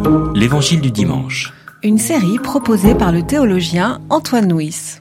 L'Évangile du dimanche. Une série proposée par le théologien Antoine Nuis.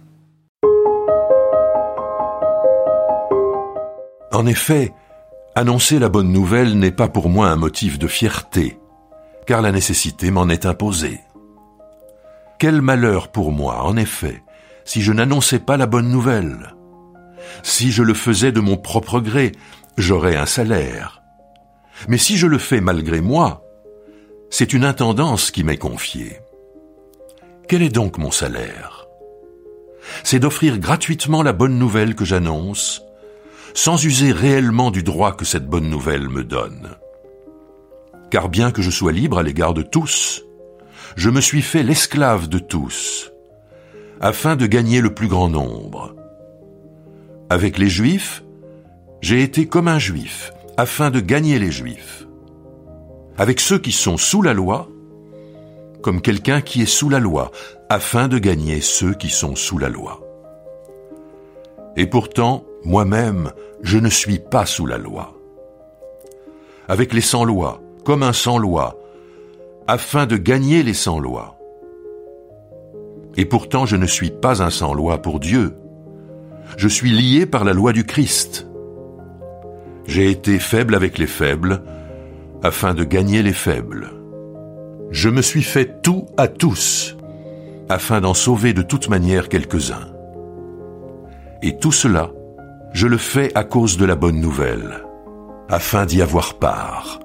En effet, annoncer la bonne nouvelle n'est pas pour moi un motif de fierté, car la nécessité m'en est imposée. Quel malheur pour moi, en effet, si je n'annonçais pas la bonne nouvelle. Si je le faisais de mon propre gré, j'aurais un salaire. Mais si je le fais malgré moi, c'est une intendance qui m'est confiée. Quel est donc mon salaire? C'est d'offrir gratuitement la bonne nouvelle que j'annonce, sans user réellement du droit que cette bonne nouvelle me donne. Car bien que je sois libre à l'égard de tous, je me suis fait l'esclave de tous, afin de gagner le plus grand nombre. Avec les Juifs, j'ai été comme un Juif, afin de gagner les Juifs. Avec ceux qui sont sous la loi, comme quelqu'un qui est sous la loi, afin de gagner ceux qui sont sous la loi. Et pourtant, moi-même, je ne suis pas sous la loi. Avec les sans-loi, comme un sans-loi, afin de gagner les sans-loi. Et pourtant, je ne suis pas un sans-loi pour Dieu. Je suis lié par la loi du Christ. J'ai été faible avec les faibles, afin de gagner les faibles. Je me suis fait tout à tous, afin d'en sauver de toute manière quelques-uns. Et tout cela, je le fais à cause de la bonne nouvelle, afin d'y avoir part.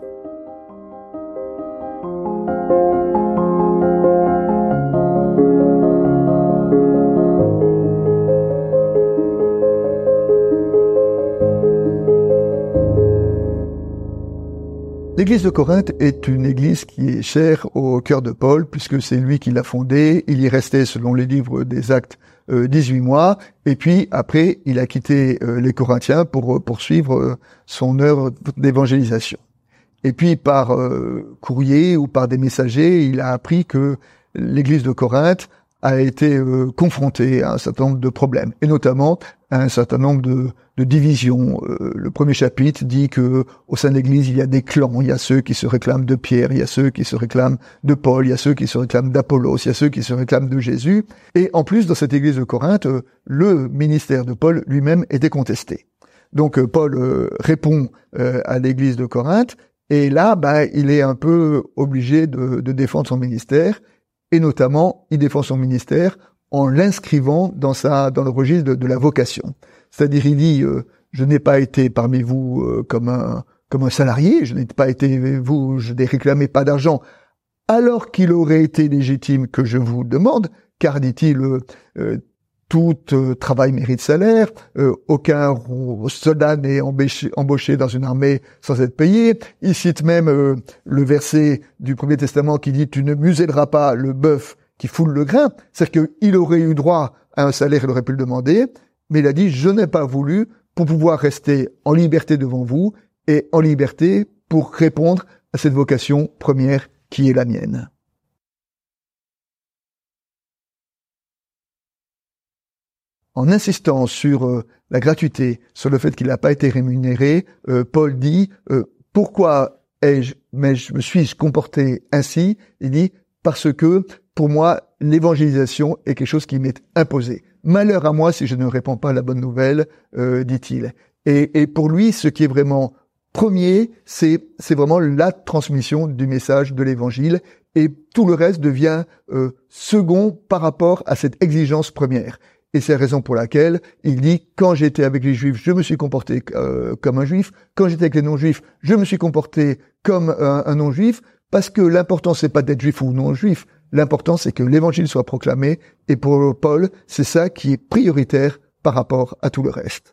L'église de Corinthe est une église qui est chère au cœur de Paul, puisque c'est lui qui l'a fondée. Il y restait, selon les livres des Actes, 18 mois. Et puis, après, il a quitté les Corinthiens pour poursuivre son œuvre d'évangélisation. Et puis, par courrier ou par des messagers, il a appris que l'église de Corinthe a été confrontée à un certain nombre de problèmes, et notamment à un certain nombre de divisions. Le premier chapitre dit que au sein de l'Église, il y a des clans. Il y a ceux qui se réclament de Pierre, il y a ceux qui se réclament de Paul, il y a ceux qui se réclament d'Apollos, il y a ceux qui se réclament de Jésus. Et en plus, dans cette Église de Corinthe, le ministère de Paul lui-même était contesté. Donc Paul répond à l'Église de Corinthe, et là, il est un peu obligé de défendre son ministère, et notamment, il défend son ministère en l'inscrivant dans le registre de la vocation. C'est-à-dire, il dit, je n'ai pas été parmi vous comme un salarié, je n'ai pas été vous, je n'ai réclamé pas d'argent, alors qu'il aurait été légitime que je vous demande, car, dit-il, tout travail mérite salaire, aucun soldat n'est embauché dans une armée sans être payé. Il cite même le verset du Premier Testament qui dit « Tu ne muselleras pas le bœuf qui foule le grain ». C'est-à-dire qu'il aurait eu droit à un salaire, il aurait pu le demander, mais il a dit « Je n'ai pas voulu pour pouvoir rester en liberté devant vous et en liberté pour répondre à cette vocation première qui est la mienne ». En insistant sur la gratuité, sur le fait qu'il n'a pas été rémunéré, Paul dit pourquoi je me suis comporté ainsi? Il dit parce que pour moi l'évangélisation est quelque chose qui m'est imposé. Malheur à moi si je ne répands pas la bonne nouvelle, dit-il. Et pour lui, ce qui est vraiment premier, c'est vraiment la transmission du message de l'évangile, et tout le reste devient second par rapport à cette exigence première. Et c'est la raison pour laquelle il dit, quand j'étais avec les Juifs, je me suis comporté comme un Juif. Quand j'étais avec les non-Juifs, je me suis comporté comme un non-Juif, parce que l'important, c'est pas d'être Juif ou non-Juif. L'important, c'est que l'Évangile soit proclamé. Et pour Paul, c'est ça qui est prioritaire par rapport à tout le reste.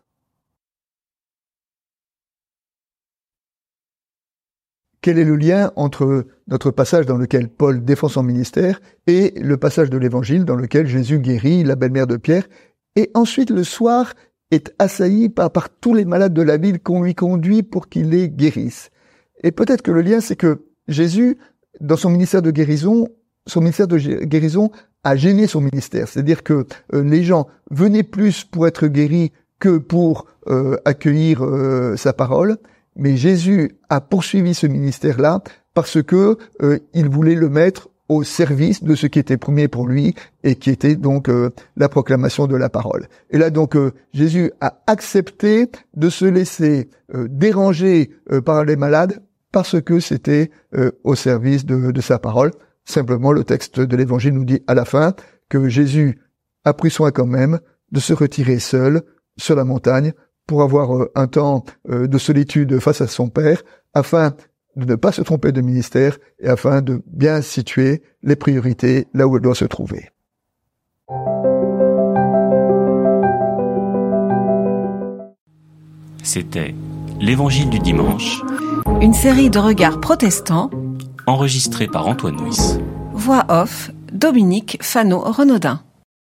Quel est le lien entre notre passage dans lequel Paul défend son ministère et le passage de l'Évangile dans lequel Jésus guérit la belle-mère de Pierre et ensuite le soir est assailli par tous les malades de la ville qu'on lui conduit pour qu'il les guérisse. Et peut-être que le lien, c'est que Jésus, dans son ministère de guérison a gêné son ministère. C'est-à-dire que les gens venaient plus pour être guéris que pour accueillir sa parole. mais Jésus a poursuivi ce ministère-là parce que il voulait le mettre au service de ce qui était premier pour lui et qui était donc la proclamation de la parole. Et là donc Jésus a accepté de se laisser déranger par les malades parce que c'était au service de sa parole. Simplement, le texte de l'Évangile nous dit à la fin que Jésus a pris soin quand même de se retirer seul sur la montagne pour avoir un temps de solitude face à son Père, afin de ne pas se tromper de ministère et afin de bien situer les priorités là où elle doit se trouver. C'était l'Évangile du dimanche, Une série de regards protestants, enregistré par Antoine Nuis. voix off, Dominique Fano-Renaudin.